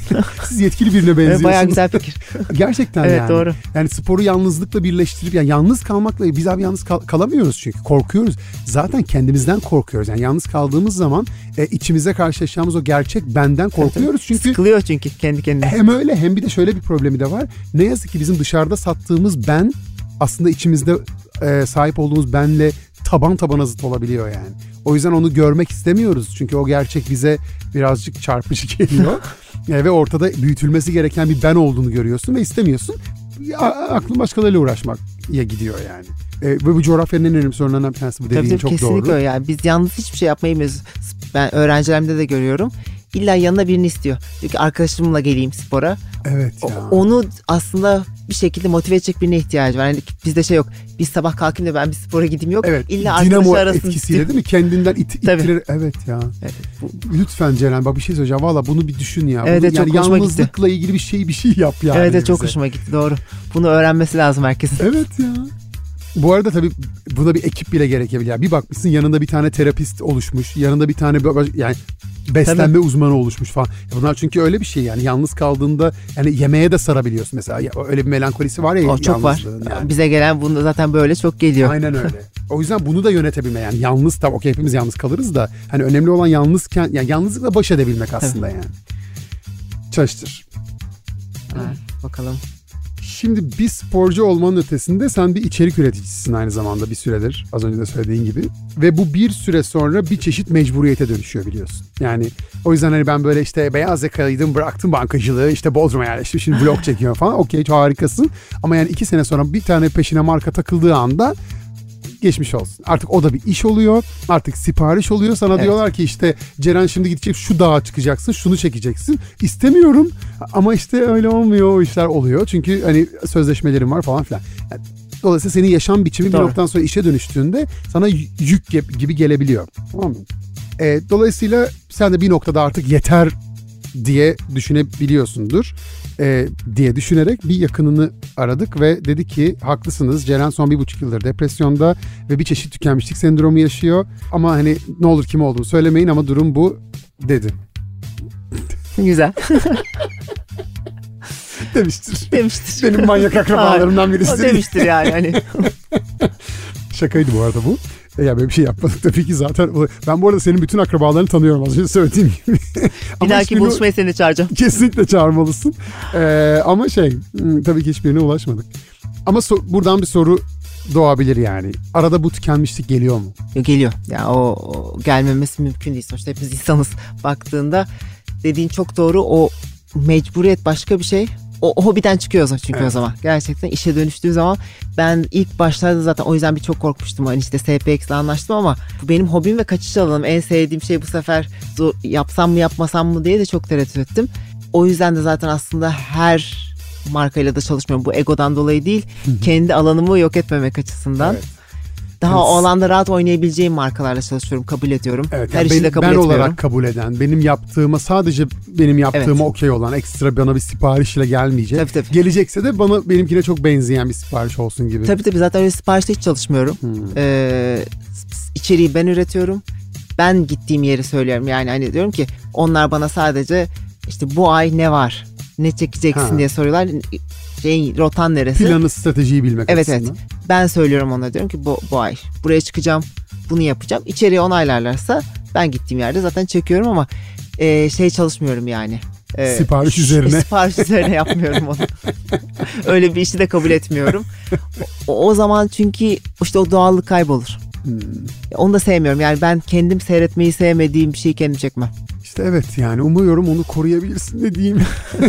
siz yetkili birine benziyorsunuz. Bayağı güzel fikir. Gerçekten evet, yani. Doğru. Yani sporu yalnızlıkla birleştirip, yani yalnız kalmakla, biz abi yalnız kalamıyoruz çünkü korkuyoruz. Zaten kendimizden korkuyoruz. Yani yalnız kaldığımız zaman içimize karşılaşacağımız o gerçek benden korkuyoruz. Çünkü sıkılıyor çünkü kendi kendine. Hem öyle, hem bir de şöyle bir problemi de var. Ne yazık ki bizim dışarıda sattığımız ben aslında içimizde sahip olduğumuz benle taban tabana zıt olabiliyor yani. O yüzden onu görmek istemiyoruz. Çünkü o gerçek bize birazcık çarpıcı geliyor. Ve ortada büyütülmesi gereken bir ben olduğunu görüyorsun ve istemiyorsun. Aklın başkalarıyla uğraşmaya gidiyor yani. Ve bu coğrafyanın en önemli sorunlarından bir tanesi bu, dediğin çok kesinlikle doğru. Kesinlikle yani, biz yalnız hiçbir şey yapmayı bilmiyoruz. Ben öğrencilerimde de görüyorum. İlla yanına birini istiyor. Diyor ki arkadaşımla geleyim spora. Evet ya. Onu aslında bir şekilde motive edecek birine ihtiyacı var. Yani bizde şey yok. Biz sabah kalkayım da ben bir spora gideyim yok. Evet. İlla arkadaşı arasın etkisiyle değil mi? Kendinden ittirir. Evet ya. Evet. Lütfen Ceren, bak bir şey söyleyeceğim. Valla bunu bir düşün ya. Evet, bunu, çok yani hoşuma yalnızlıkla gitti. ilgili bir şey yap yani. Evet, çok hoşuma gitti, doğru. Bunu öğrenmesi lazım herkesin. Evet ya. Bu arada tabii buna bir ekip bile gerekebilir. Yani bir bakmışsın yanında bir tane terapist oluşmuş. Yanında bir tane yani beslenme tabii, uzmanı oluşmuş falan. Bunlar çünkü öyle bir şey yani, yalnız kaldığında yani yemeğe de sarabiliyorsun mesela. Ya, öyle bir melankolisi var ya. O çok var. Yani. Bize gelen bunda zaten böyle çok geliyor. Aynen öyle. O yüzden bunu da yönetebilme, yani yalnız, tabii okey hepimiz yalnız kalırız da hani önemli olan yalnızken, yani yalnızlıkla baş edebilmek aslında tabii, yani. Çalıştır. Ha, bakalım. Şimdi bir sporcu olmanın ötesinde sen bir içerik üreticisisin aynı zamanda bir süredir. Az önce de söylediğin gibi. Ve bu bir süre sonra bir çeşit mecburiyete dönüşüyor biliyorsun. Yani o yüzden hani ben böyle işte beyaz yakalıydım, bıraktım bankacılığı, işte Bodrum'a yerleştim, şimdi vlog çekiyorum falan. Okey, harikasın. Ama yani 2 sene sonra bir tane peşine marka takıldığı anda geçmiş olsun. Artık o da bir iş oluyor. Artık sipariş oluyor. Sana diyorlar ki işte Ceren şimdi gidecek şu dağa çıkacaksın. Şunu çekeceksin. İstemiyorum ama işte öyle olmuyor. O işler oluyor. Çünkü hani sözleşmelerim var falan filan. Yani, dolayısıyla senin yaşam biçimi bir noktadan sonra işe dönüştüğünde sana yük gibi gelebiliyor. Tamam mı? Dolayısıyla sen de bir noktada artık yeter diye düşünebiliyorsundur. Diye düşünerek bir yakınını aradık ve dedi ki haklısınız, Ceren son 1,5 yıldır depresyonda ve bir çeşit tükenmişlik sendromu yaşıyor. Ama hani ne olur kim olduğunu söylemeyin ama durum bu dedi. Güzel. Demiştir. Demiştir. Benim manyak akrabalarımdan birisi. O demiştir yani. Hani. Şakaydı bu arada bu. Ya böyle bir şey yapmadık tabii ki zaten. Ben bu arada senin bütün akrabalarını tanıyorum az önce söylediğim gibi. Bir dahaki buluşmaya seni çağıracağım. Kesinlikle çağırmalısın. Ama tabii ki hiçbirine ulaşmadık. Ama buradan bir soru doğabilir yani. Arada bu tükenmişlik geliyor mu? Geliyor. Ya o gelmemesi mümkün değil. Sonuçta hepimiz insanız. Baktığında dediğin çok doğru. O mecburiyet başka bir şey. O hobiden çıkıyoruz çünkü o zaman. Gerçekten işe dönüştüğü zaman ben ilk başlarda zaten o yüzden çok korkmuştum. Hani işte SPX'le anlaştım ama bu benim hobim ve kaçış alanım. En sevdiğim şey bu sefer yapsam mı yapmasam mı diye de çok tereddüt ettim. O yüzden de zaten aslında her markayla da çalışmıyorum. Bu egodan dolayı değil. Kendi alanımı yok etmemek açısından. Evet. Daha o alanda rahat oynayabileceğim markalarla çalışıyorum, kabul ediyorum. Evet, her işi de kabul etmiyorum. Ben olarak kabul eden, benim yaptığıma sadece benim yaptığıma okey olan, ekstra bana bir siparişle gelmeyecek. Tabii. Gelecekse de benimkine çok benzeyen bir sipariş olsun gibi. Tabii zaten öyle siparişte hiç çalışmıyorum. İçeriği ben üretiyorum. Ben gittiğim yeri söylüyorum. Yani hani diyorum ki onlar bana sadece işte bu ay ne var, ne çekeceksin diye soruyorlar. Rotan neresi? Planı, stratejiyi bilmek açısından. Evet. Ben söylüyorum ona, diyorum ki bu ay buraya çıkacağım, bunu yapacağım. İçeriği onaylarlarsa ben gittiğim yerde zaten çekiyorum ama çalışmıyorum yani. Sipariş üzerine. Sipariş üzerine yapmıyorum onu. Öyle bir işi de kabul etmiyorum. O zaman çünkü işte o doğallık kaybolur. Onu da sevmiyorum. Yani ben kendim seyretmeyi sevmediğim bir şeyi kendim çekmem. İşte evet, yani umuyorum onu koruyabilirsin ne diyeyim.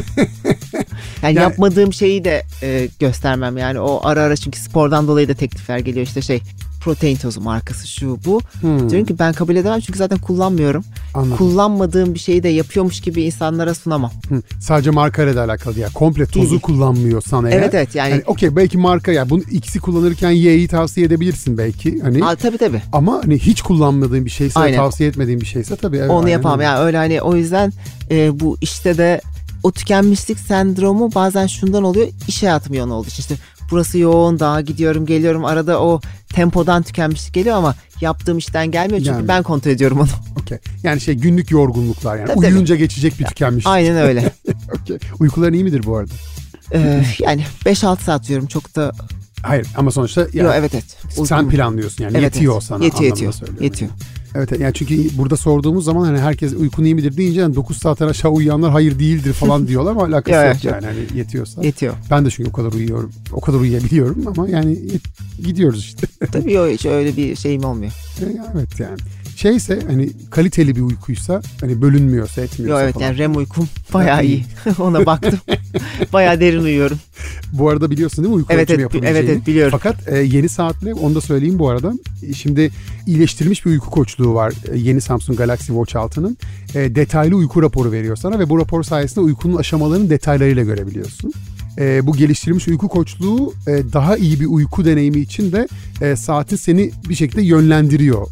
Yani yapmadığım şeyi de göstermem. Yani o ara çünkü spordan dolayı da teklifler geliyor. İşte protein tozu markası şu bu. Diyorum ki ben kabul edemem çünkü zaten kullanmıyorum. Anladım. Kullanmadığım bir şeyi de yapıyormuş gibi insanlara sunamam. Sadece markayla da alakalı ya. Komple tozu değil. Kullanmıyorsan eğer. Evet yani okey, belki marka ya bunu X'i kullanırken Y'yi tavsiye edebilirsin belki. Hani. Tabii. Ama hani hiç kullanmadığın bir şeyse, tavsiye etmediğin bir şeyse tabii. Evet, onu yapamam. Yani öyle hani o yüzden bu işte de o tükenmişlik sendromu bazen şundan oluyor. İş hayatım yoğun olduğu için. İşte burası yoğun, daha gidiyorum geliyorum, arada o tempodan tükenmişlik geliyor ama yaptığım işten gelmiyor çünkü ben kontrol ediyorum onu. Okay. Yani günlük yorgunluklar yani. Tabii, uyuyunca geçecek bir tükenmişlik. Aynen öyle. Okay. Uykuların iyi midir bu arada? Yani 5-6 saat uyuyorum, çok da. Hayır ama sonuçta yani. Yok, evet. Sen planlıyorsun yani. Yetiyor sana. Yetiyor. Evet yani çünkü burada sorduğumuz zaman hani herkes uykun iyi midir deyince yani 9 saatten aşağı uyuyanlar hayır değildir falan diyorlar ama alakası yok yani. Hani yetiyorsa. Yetiyor. Ben de çünkü o kadar uyuyorum. O kadar uyuyabiliyorum ama yani gidiyoruz işte. Tabii hiç öyle bir şeyim olmuyor. Evet yani. Hani kaliteli bir uykuysa, hani bölünmüyorsa, etmiyorsa evet, falan. Yani REM uykum bayağı iyi. Ona baktım. Bayağı derin uyuyorum. Bu arada biliyorsun değil mi uyku ölçümü yapabileceğini? Evet biliyorum. Fakat yeni saatle, onu da söyleyeyim bu arada. Şimdi iyileştirilmiş bir uyku koçluğu var yeni Samsung Galaxy Watch 6'nın. Detaylı uyku raporu veriyor sana ve bu rapor sayesinde uykunun aşamalarını detaylarıyla görebiliyorsun. Bu geliştirilmiş uyku koçluğu daha iyi bir uyku deneyimi için de saatin seni bir şekilde yönlendiriyor.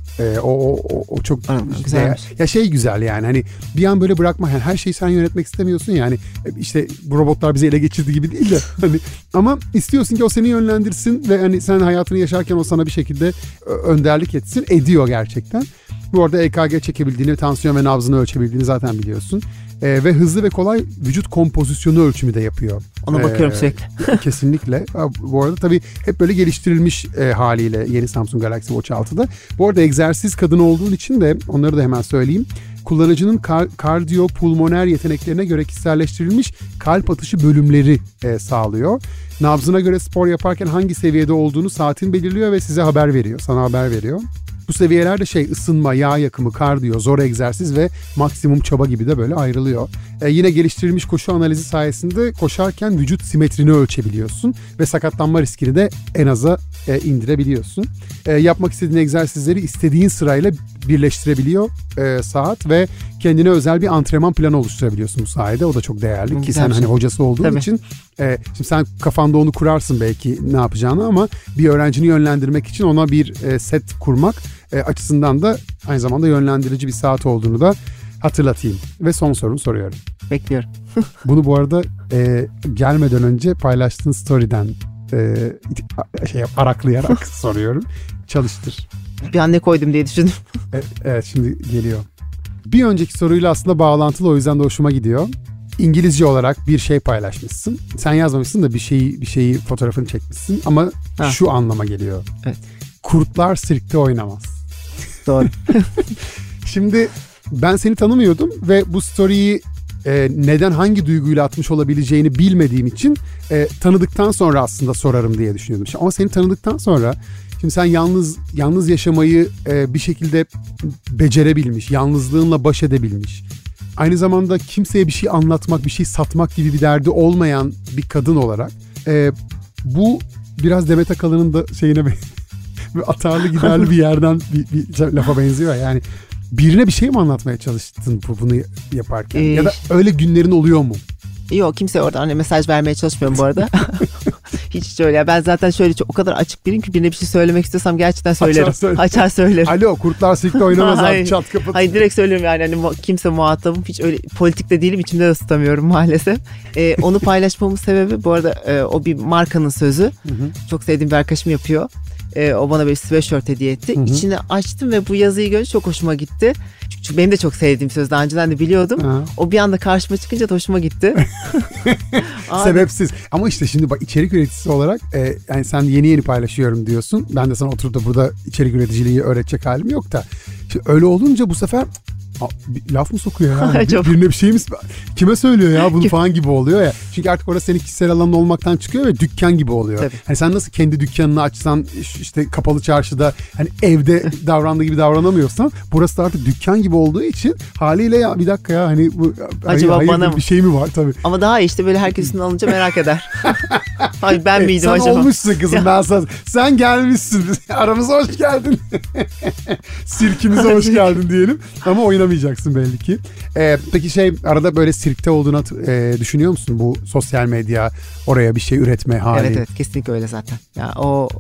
O çok güzelmiş. Ya güzel yani hani bir an böyle bırakma, yani her şeyi sen yönetmek istemiyorsun yani işte bu robotlar bizi ele geçirdi gibi değil de hani ama istiyorsun ki o seni yönlendirsin ve hani sen hayatını yaşarken o sana bir şekilde önderlik etsin, ediyor gerçekten. Bu arada EKG çekebildiğini, tansiyon ve nabzını ölçebildiğini zaten biliyorsun. Ve hızlı ve kolay vücut kompozisyonu ölçümü de yapıyor. Ona bakıyorum sürekli. Kesinlikle. Bu arada tabii hep böyle geliştirilmiş haliyle yeni Samsung Galaxy Watch 6'da. Bu arada egzersiz kadını olduğun için de onları da hemen söyleyeyim. kullanıcının kardiyopulmoner yeteneklerine göre kişiselleştirilmiş kalp atışı bölümleri sağlıyor. Nabzına göre spor yaparken hangi seviyede olduğunu saatin belirliyor ve size haber veriyor, sana haber veriyor. Bu seviyeler de ısınma, yağ yakımı, kardiyo, zor egzersiz ve maksimum çaba gibi de böyle ayrılıyor. Yine geliştirilmiş koşu analizi sayesinde koşarken vücut simetrini ölçebiliyorsun ve sakatlanma riskini de en aza indirebiliyorsun. Yapmak istediğin egzersizleri istediğin sırayla birleştirebiliyor saat ve kendine özel bir antrenman planı oluşturabiliyorsun bu sayede. O da çok değerli ki sen hani hocası olduğun için şimdi sen kafanda onu kurarsın belki ne yapacağını ama bir öğrencini yönlendirmek için ona bir set kurmak açısından da aynı zamanda yönlendirici bir saat olduğunu da hatırlatayım. Ve son sorunu soruyorum. Bekliyorum. Bunu bu arada gelmeden önce paylaştığın story'den araklayarak soruyorum. Çalıştır. Bir an ne koydum diye düşündüm. Evet şimdi geliyor. Bir önceki soruyla aslında bağlantılı, o yüzden de hoşuma gidiyor. İngilizce olarak bir şey paylaşmışsın. Sen yazmamışsın da bir şeyi fotoğrafını çekmişsin ama şu anlama geliyor. Evet. Kurtlar sirkte oynamaz. Doğru. Şimdi ben seni tanımıyordum ve bu story'yi neden hangi duyguyla atmış olabileceğini bilmediğim için tanıdıktan sonra aslında sorarım diye düşünüyordum. Ama seni tanıdıktan sonra şimdi sen yalnız yaşamayı bir şekilde becerebilmiş, yalnızlığınla baş edebilmiş. Aynı zamanda kimseye bir şey anlatmak, bir şey satmak gibi bir derdi olmayan bir kadın olarak bu biraz Demet Akalın'ın da şeyine atarlı giderli bir yerden bir lafa benziyor yani. Birine bir şey mi anlatmaya çalıştın bunu yaparken? Ya da öyle günlerin oluyor mu? Yok, kimseye oradan mesaj vermeye çalışmıyorum bu arada. Hiç öyle. Ben zaten şöyle o kadar açık biriyim ki birine bir şey söylemek istiyorsam gerçekten söylerim. Açar söylerim. Alo, kurtlar sirkte oynamaz abi, çat kapatın. Hayır, direkt söylüyorum yani hani kimse muhatabım. Hiç öyle politikte değilim, içimde de tutamıyorum maalesef. Onu paylaşmamın sebebi bu arada o bir markanın sözü. Çok sevdiğim bir arkadaşım yapıyor. O bana bir sweatshirt hediye etti. İçini açtım ve bu yazıyı görünce çok hoşuma gitti. Çünkü benim de çok sevdiğim söz. Daha önceden de biliyordum. O bir anda karşıma çıkınca da hoşuma gitti. Sebepsiz. Ama işte şimdi bak, içerik üreticisi olarak yani sen yeni paylaşıyorum diyorsun. Ben de sana oturup da burada içerik üreticiliği öğretecek halim yok da. Şimdi öyle olunca bu sefer laf mı sokuyor ya? Birine bir şey mi? Kime söylüyor ya bunu falan gibi oluyor ya. Çünkü artık orası senin kişisel alanın olmaktan çıkıyor ve dükkan gibi oluyor. Hani sen nasıl kendi dükkanını açsan işte kapalı çarşıda hani evde davrandığı gibi davranamıyorsan, burası da artık dükkan gibi olduğu için haliyle ya bir dakika ya hani bu acaba bana bir şey mi var tabii. Ama daha işte böyle herkesin alınca merak eder. Hayır, ben miydim sen acaba? Sen olmuşsun kızım, ben sana. Sen gelmişsin. Aramıza hoş geldin. Sirkimize hoş geldin diyelim. Ama oynamayacaksın belli ki. Peki arada böyle sirkte olduğunu düşünüyor musun? Bu sosyal medya, oraya bir şey üretme hali. Evet kesinlikle öyle zaten. Ya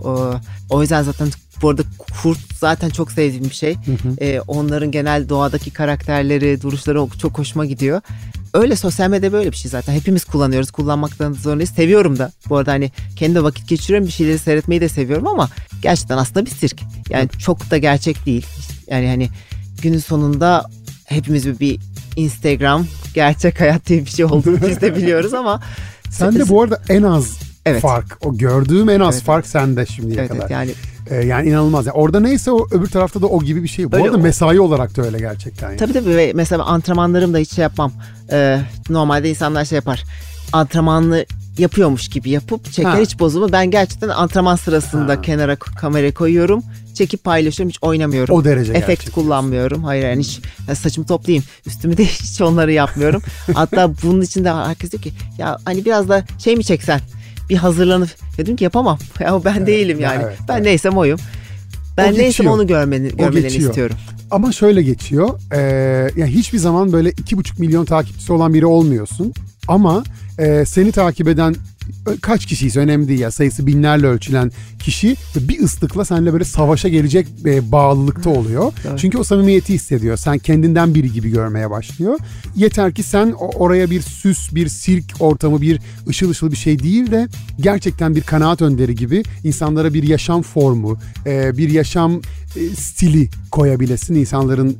o yüzden zaten bu arada kurt zaten çok sevdiğim bir şey. Onların genel doğadaki karakterleri, duruşları çok hoşuma gidiyor. Öyle sosyal medya böyle bir şey zaten. Hepimiz kullanıyoruz. Kullanmaktan zorundayız. Seviyorum da. Bu arada hani kendi vakit geçiriyorum. Bir şeyleri seyretmeyi de seviyorum ama gerçekten aslında bir sirk. Yani çok da gerçek değil. Yani hani günün sonunda hepimiz bir Instagram gerçek hayat diye bir şey olduğunu biz de biliyoruz ama sen de bu arada en az fark, o gördüğüm en az fark sende şimdiye kadar. Yani inanılmaz. Yani orada neyse o öbür tarafta da o gibi bir şey. Bu arada mesai olarak da öyle gerçekten. Yani. Tabii. Mesela antrenmanlarım da hiç yapmam. Normalde insanlar yapar. Antrenmanlı yapıyormuş gibi yapıp çeker, hiç bozulma. Ben gerçekten antrenman sırasında kenara kamerayı koyuyorum. Çekip paylaşıyorum. Hiç oynamıyorum. O derece efekt kullanmıyorum. Hayır yani hiç saçımı toplayayım. Üstümü de hiç onları yapmıyorum. Hatta bunun için de herkes diyor ki ya hani biraz da mi çeksen? Bir hazırlanıp dedim ki yapamam. Ya ben değilim yani. Ben neysem oyum. Ben neysem onu görmelerini istiyorum. Ama şöyle geçiyor. Yani hiçbir zaman böyle 2,5 milyon takipçisi olan biri olmuyorsun. Ama seni takip eden kaç kişiyse önemli değil ya, sayısı binlerle ölçülen kişi bir ıslıkla seninle böyle savaşa gelecek bağlılıkta oluyor. Evet. Çünkü o samimiyeti hissediyor. Sen kendinden biri gibi görmeye başlıyor. Yeter ki sen oraya bir süs, bir sirk ortamı, bir ışıl ışıl bir şey değil de gerçekten bir kanaat önderi gibi insanlara bir yaşam formu, bir yaşam stili koyabilesin, insanların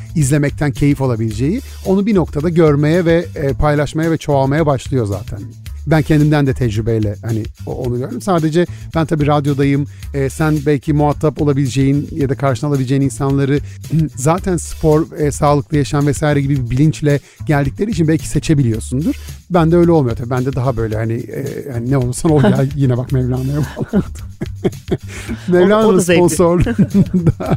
izlemekten keyif alabileceği. Onu bir noktada görmeye ve paylaşmaya ve çoğalmaya başlıyor zaten. Ben kendimden de tecrübeyle hani onu gördüm. Sadece ben tabii radyodayım. Sen belki muhatap olabileceğin ya da karşına alabileceğin insanları zaten spor, sağlıklı yaşam vesaire gibi bir bilinçle geldikleri için belki seçebiliyorsundur. Ben de öyle olmuyor tabii. Ben de daha böyle hani ne olursan ol ya, yine bak Mevlana'ya bağlandım. Mevlana'nın sponsorluğunda.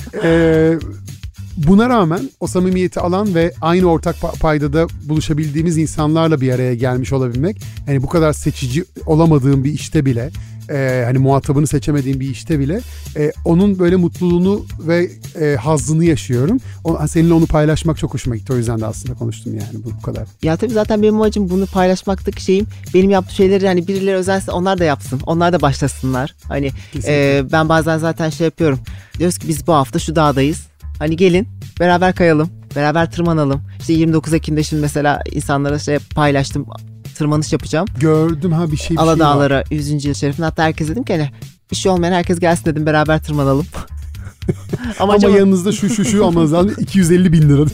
Buna rağmen o samimiyeti alan ve aynı ortak paydada buluşabildiğimiz insanlarla bir araya gelmiş olabilmek, hani bu kadar seçici olamadığım bir işte bile, hani muhatabını seçemediğim bir işte bile onun böyle mutluluğunu ve hazzını yaşıyorum. Seninle onu paylaşmak çok hoşuma gitti. O yüzden de aslında konuştum yani bu kadar. Ya tabii zaten benim amacım bunu paylaşmaktaki şeyim. Benim yaptığım şeyleri hani birileri özense onlar da yapsın. Onlar da başlasınlar. Hani ben bazen zaten şey yapıyorum. Diyoruz ki biz bu hafta şu dağdayız. Hani gelin beraber kayalım, beraber tırmanalım. İşte 29 Ekim'de şimdi mesela insanlara paylaştım, tırmanış yapacağım. Gördüm bir şey Aladağlara var. 100. yıl şerefine. Hatta herkes dedim ki hani bir şey olmayan herkes gelsin dedim, beraber tırmanalım. Ama yanınızda şu almanızdan 250.000 lira.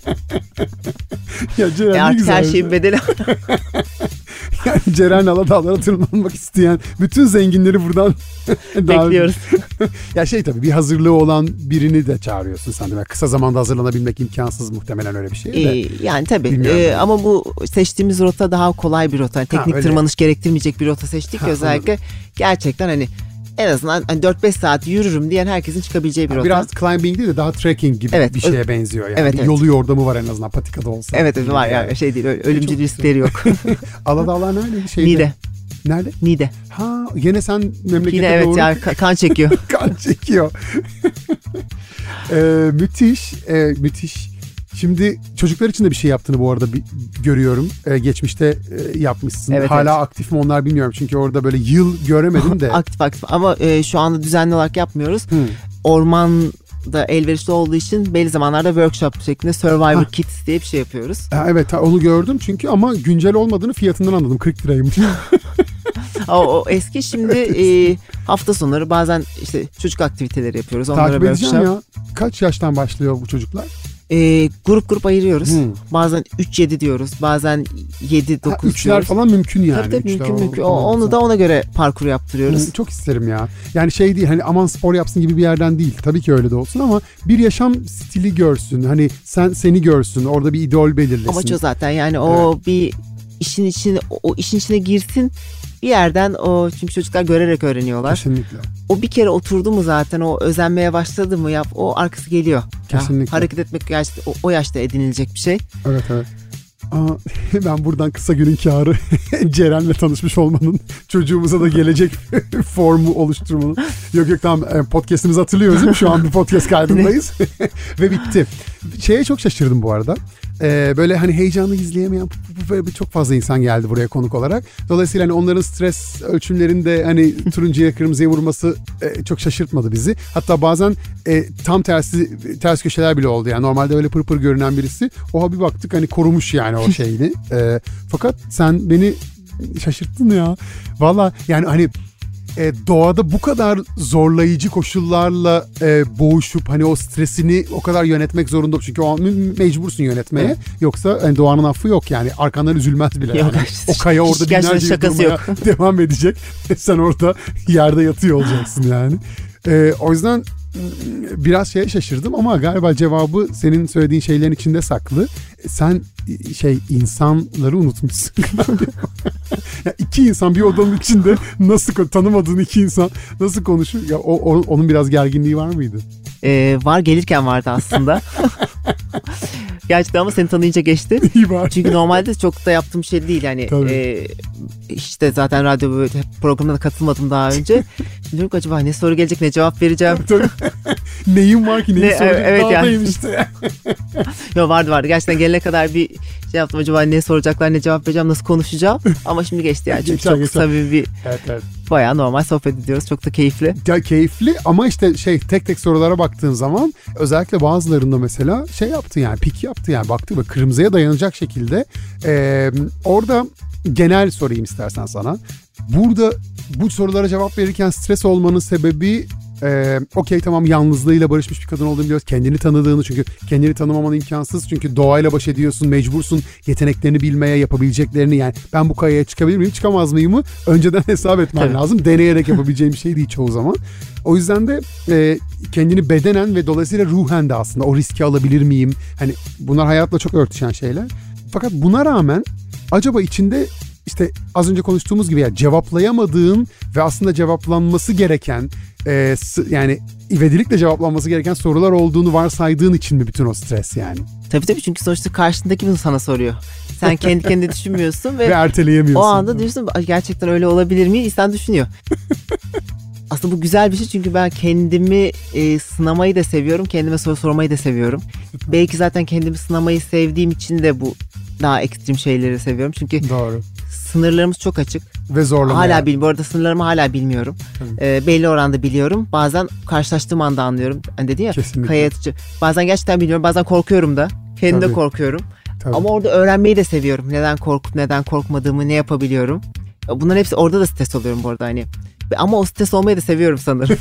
Ya Ceren ne güzel. Her şeyin bedeli. Yani Ceren Aladağlara tırmanmak isteyen bütün zenginleri buradan bekliyoruz. Ya tabii bir hazırlığı olan birini de çağırıyorsun sen de. Yani kısa zamanda hazırlanabilmek imkansız muhtemelen öyle bir şey de. Yani tabii ama bu seçtiğimiz rota daha kolay bir rota. Yani teknik tırmanış gerektirmeyecek bir rota seçtik ki özellikle anladım. Gerçekten hani en azından 4-5 saat yürürüm diyen herkesin çıkabileceği bir rota. Biraz climbing değil de daha trekking gibi bir şeye benziyor yani. Evet. Yolu yordamı var en azından patikada olsa. Evet var yani değil ölümcül riskleri yok. Aladağlar nerede? Niğde. Nerede? Niğde. Yine sen memlekete yine doğru. Evet ya kan çekiyor. Kan çekiyor. Müthiş. Şimdi çocuklar için de bir şey yaptığını bu arada görüyorum. Geçmişte yapmışsın. Evet, hala aktif mi onlar bilmiyorum. Çünkü orada böyle yıl göremedim de. aktif ama şu anda düzenli olarak yapmıyoruz. Ormanda elverişli olduğu için belli zamanlarda workshop şeklinde Survivor Kits diye bir şey yapıyoruz. Evet onu gördüm çünkü ama güncel olmadığını fiyatından anladım. 40 liraymış. o eski şimdi hafta sonları bazen işte çocuk aktiviteleri yapıyoruz. Onlara takip edeceğim workshop. Ya. Kaç yaştan başlıyor bu çocuklar? Grup ayırıyoruz. Bazen 3-7 diyoruz. Bazen 7-9 diyoruz. 3'ler falan mümkün yani. Tabii mümkün. Onu da ona göre parkur yaptırıyoruz. Çok isterim ya. Yani değil hani aman spor yapsın gibi bir yerden değil. Tabii ki öyle de olsun ama bir yaşam stili görsün. Hani seni görsün. Orada bir idol belirlesin. Amaç o zaten yani o bir işin içine girsin. Bir yerden çünkü çocuklar görerek öğreniyorlar. Kesinlikle. O bir kere oturdu mu zaten o özenmeye başladı mı o arkası geliyor. Kesinlikle. Ya, hareket etmek gerçekten o yaşta edinilecek bir şey. Evet. Ben buradan kısa günün kârı Ceren'le tanışmış olmanın, çocuğumuza da gelecek formu oluşturmanın. Yok tamam, podcast'imizi hatırlıyoruz değil mi? Şu an bir podcast kaydındayız. Ve bitti. Çok şaşırdım bu arada. Böyle hani heyecanlı izleyemeyen çok fazla insan geldi buraya konuk olarak. Dolayısıyla hani onların stres ölçümlerinde hani turuncuya kırmızıya vurması çok şaşırtmadı bizi. Hatta bazen tam ters köşeler bile oldu. Yani normalde öyle pır görünen birisi. Oha bir baktık hani korumuş yani o şeyini. Fakat sen beni şaşırttın ya. Valla yani hani doğada bu kadar zorlayıcı koşullarla boğuşup hani o stresini o kadar yönetmek zorunda. Çünkü o an mecbursun yönetmeye. Evet. Yoksa hani doğanın affı yok yani. Arkandan üzülmez bile. Yok, yani. O kaya orada binlerce yıl durmaya devam edecek. Sen orada yerde yatıyor olacaksın yani. O yüzden biraz şaşırdım ama galiba cevabı senin söylediğin şeylerin içinde saklı. Sen insanları unutmuşsun. Ya iki insan bir odanın içinde nasıl tanımadığın iki insan nasıl konuşur? Ya onun biraz gerginliği var mıydı? Var, gelirken vardı aslında. Gerçekten ama seni tanıyınca geçti. Çünkü normalde çok da yaptığım şey değil yani. İşte zaten radyo programına da katılmadım daha önce. Şimdi diyorum ki acaba ne soru gelecek, ne cevap vereceğim. Neyim var ki neyi soracak? Evet yani. işte. Yo, vardı. Gerçekten gelene kadar bir şey yaptım. Acaba ne soracaklar, ne cevap vereceğim, nasıl konuşacağım. Ama şimdi geçti yani. Çünkü çok kısa bir evet. Bayağı normal sohbet ediyoruz. Çok da keyifli. Ya keyifli ama işte tek sorulara baktığın zaman özellikle bazılarında mesela yaptı yani pik yaptı yani baktı ve kırmızıya dayanacak şekilde orada genel sorayım istersen sana. Burada bu sorulara cevap verirken stres olmanın sebebi okey tamam, yalnızlığıyla barışmış bir kadın olduğunu biliyoruz. Kendini tanıdığını, çünkü kendini tanımaman imkansız. Çünkü doğayla baş ediyorsun, mecbursun yeteneklerini bilmeye, yapabileceklerini. Yani ben bu kayaya çıkabilir miyim, çıkamaz mıyımı önceden hesap etmen lazım. Deneyerek yapabileceğim bir şey değil çoğu zaman. O yüzden de kendini bedenen ve dolayısıyla ruhen de aslında o riski alabilir miyim? Hani bunlar hayatla çok örtüşen şeyler. Fakat buna rağmen acaba içinde işte az önce konuştuğumuz gibi, yani cevaplayamadığın ve aslında cevaplanması gereken, yani ivedilikle cevaplanması gereken sorular olduğunu varsaydığın için mi bütün o stres yani? Tabii, çünkü sonuçta karşındaki bunu sana soruyor. Sen kendi kendine düşünmüyorsun ve erteleyemiyorsun. O anda diyorsun gerçekten öyle olabilir mi? İnsan düşünüyor. Aslında bu güzel bir şey, çünkü ben kendimi sınamayı da seviyorum. Kendime soru sormayı da seviyorum. Belki zaten kendimi sınamayı sevdiğim için de bu daha ekstrem şeyleri seviyorum. Çünkü doğru. Sınırlarımız çok açık. Ve zorlama. Hala bilmiyorum. Bu arada sınırlarımı hala bilmiyorum. Belli oranda biliyorum. Bazen karşılaştığım anda anlıyorum. Hani dedin ya, kayaya atıcı. Bazen gerçekten bilmiyorum. Bazen korkuyorum da. Kendim de korkuyorum. Tabii. Ama orada öğrenmeyi de seviyorum. Neden korkup neden korkmadığımı, ne yapabiliyorum. Bunların hepsi, orada da stres oluyorum bu arada hani. Ama o stres olmayı da seviyorum sanırım.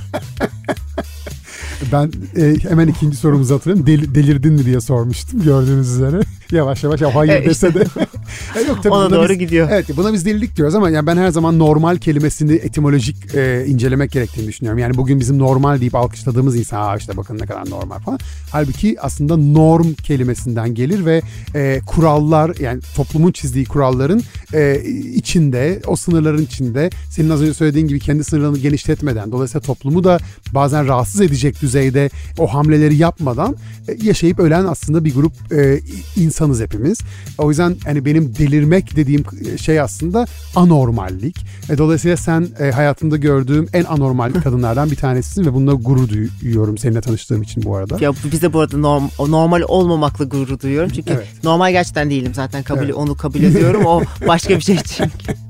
Ben hemen ikinci sorumuzu hatırlıyorum. Delirdin mi diye sormuştum, gördüğünüz üzere. Yavaş yavaş hayır dese de. Yok, tabii ona doğru gidiyor. Evet, buna biz delilik diyoruz ama yani ben her zaman normal kelimesini etimolojik incelemek gerektiğini düşünüyorum. Yani bugün bizim normal deyip alkışladığımız insan işte bakın ne kadar normal falan. Halbuki aslında norm kelimesinden gelir ve kurallar, yani toplumun çizdiği kuralların içinde, o sınırların içinde, senin az önce söylediğin gibi kendi sınırlarını genişletmeden, dolayısıyla toplumu da bazen rahatsız edecek düzeyde o hamleleri yapmadan yaşayıp ölen aslında bir grup insanız hepimiz. O yüzden hani benim delirmek dediğim şey aslında anormallik. Dolayısıyla sen hayatımda gördüğüm en anormal kadınlardan bir tanesisin ve bununla gurur duyuyorum seninle tanıştığım için bu arada. Ya bize bu arada normal olmamakla gurur duyuyorum. Çünkü normal gerçekten değilim zaten, onu kabul ediyorum. O başka bir şey çünkü.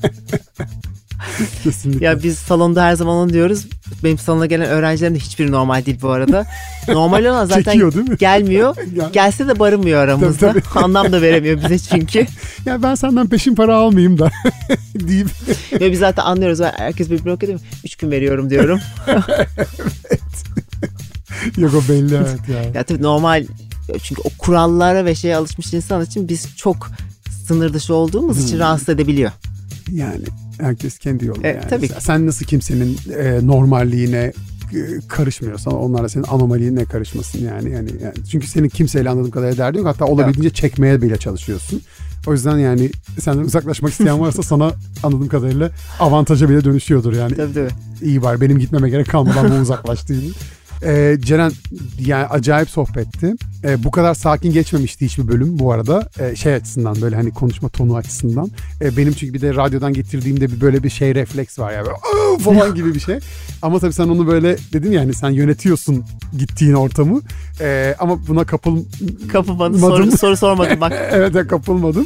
Kesinlikle. Ya biz salonda her zaman onu diyoruz. Benim salona gelen öğrencilerin de hiçbiri normal değil bu arada. Normal olan zaten çekiyor, değil mi? Gelmiyor. Gelse de barınmıyor aramızda. Tabii. Anlam da veremiyor bize çünkü. Ya ben senden peşin para almayayım da deyip. Ya biz zaten anlıyoruz. Herkes birbirine okuyor değil mi? 3 gün veriyorum diyorum. Evet. Yok, o belli, evet yani. Ya tabii normal, çünkü o kurallara ve şeye alışmış insan için biz çok sınır dışı olduğumuz için rahatsız edebiliyor. Yani herkes kendi yolunda yani. Tabii. Sen nasıl kimsenin normalliğine karışmıyorsan onlar da senin anomaliğine karışmasın yani. Çünkü senin kimseyle anladığım kadarıyla derdin yok. Hatta olabildiğince çekmeye bile çalışıyorsun. O yüzden yani senden uzaklaşmak isteyen varsa sana anladığım kadarıyla avantaja bile dönüşüyordur yani. Tabii. İyi var, benim gitmeme gerek kalmadan bu uzaklaştığını. Ceren, yani acayip sohbetti. Bu kadar sakin geçmemişti hiçbir bölüm bu arada. Şey açısından, böyle hani konuşma tonu açısından. Benim çünkü bir de radyodan getirdiğimde böyle bir şey refleks var ya, böyle falan gibi bir şey. Ama tabii sen onu böyle dedin yani, sen yönetiyorsun gittiğin ortamı. Ama buna kapılmadım. Soru sormadım bak. Evet, kapılmadım.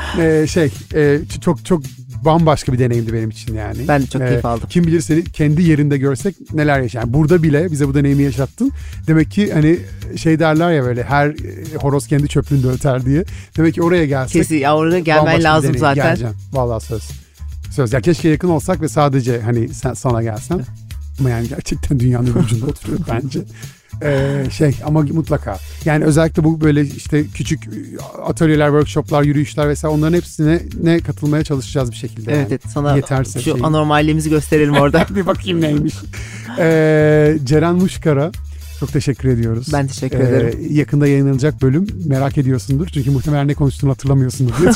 Çok bambaşka bir deneyimdi benim için yani. Ben de çok keyif aldım. Kim bilir seni kendi yerinde görsek neler yaşar. Yani burada bile bize bu deneyimi yaşattın. Demek ki hani şey derler ya, böyle her horoz kendi çöplüğünde öter diye. Demek ki oraya gelsek. Kesin ya, oraya gelmen lazım zaten. Geleceğim. Vallahi söz. Ya keşke yakın olsak ve sadece hani sana gelsem. Ama yani gerçekten dünyanın ucunda oturuyor bence. Ama mutlaka. Yani özellikle bu böyle işte küçük atölyeler, workshoplar, yürüyüşler vesaire, onların hepsine katılmaya çalışacağız bir şekilde. Evet, yani. Sana yeterse şu anormalliğimizi gösterelim orada. Bir bakayım neymiş. Ceren Muşkara, çok teşekkür ediyoruz. Ben teşekkür ederim. Yakında yayınlanacak bölüm merak ediyorsundur. Çünkü muhtemelen ne konuştuğunu hatırlamıyorsundur diye.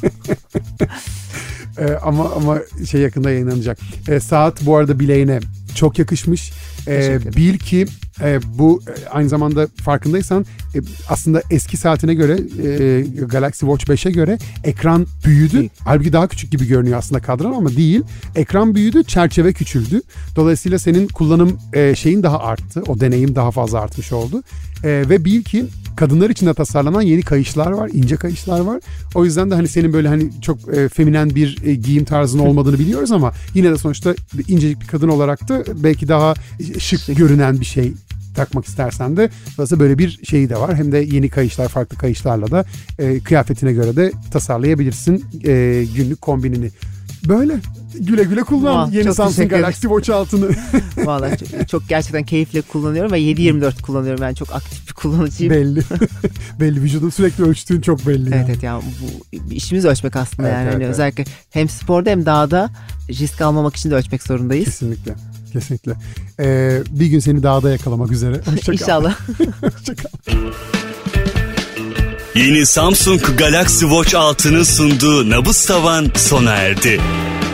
Ama yakında yayınlanacak. Saat bu arada bileğine çok yakışmış. Bil ki bu aynı zamanda farkındaysan aslında eski saatine göre Galaxy Watch 5'e göre ekran büyüdü. Halbuki daha küçük gibi görünüyor aslında kadran ama değil. Ekran büyüdü, çerçeve küçüldü. Dolayısıyla senin kullanım şeyin daha arttı. O deneyim daha fazla artmış oldu. Ve bil ki kadınlar için de tasarlanan yeni kayışlar var, ince kayışlar var. O yüzden de hani senin böyle hani çok feminen bir giyim tarzının olmadığını biliyoruz ama yine de sonuçta incecik bir kadın olarak da belki daha şık görünen bir şey takmak istersen de dolayısıyla böyle bir şeyi de var. Hem de yeni kayışlar, farklı kayışlarla da kıyafetine göre de tasarlayabilirsin günlük kombinini. Böyle. Güle güle kullan yeni Samsung Galaxy Watch 6'ını. Vallahi çok gerçekten keyifle kullanıyorum ve 7/24 kullanıyorum. Yani çok aktif bir kullanıcıyım. Belli. Belli. Vücudunu sürekli ölçtüğün çok belli. Evet yani. Evet yani bu işimiz ölçmek aslında Evet, yani. evet, Hani evet. özellikle hem sporda hem dağda risk almamak için de ölçmek zorundayız. Kesinlikle. Kesinlikle. Bir gün seni dağda yakalamak üzere. Hoşça kal. İnşallah. Hoşça kal. Yeni Samsung Galaxy Watch 6'nın sunduğu Nabız Tavan sona erdi.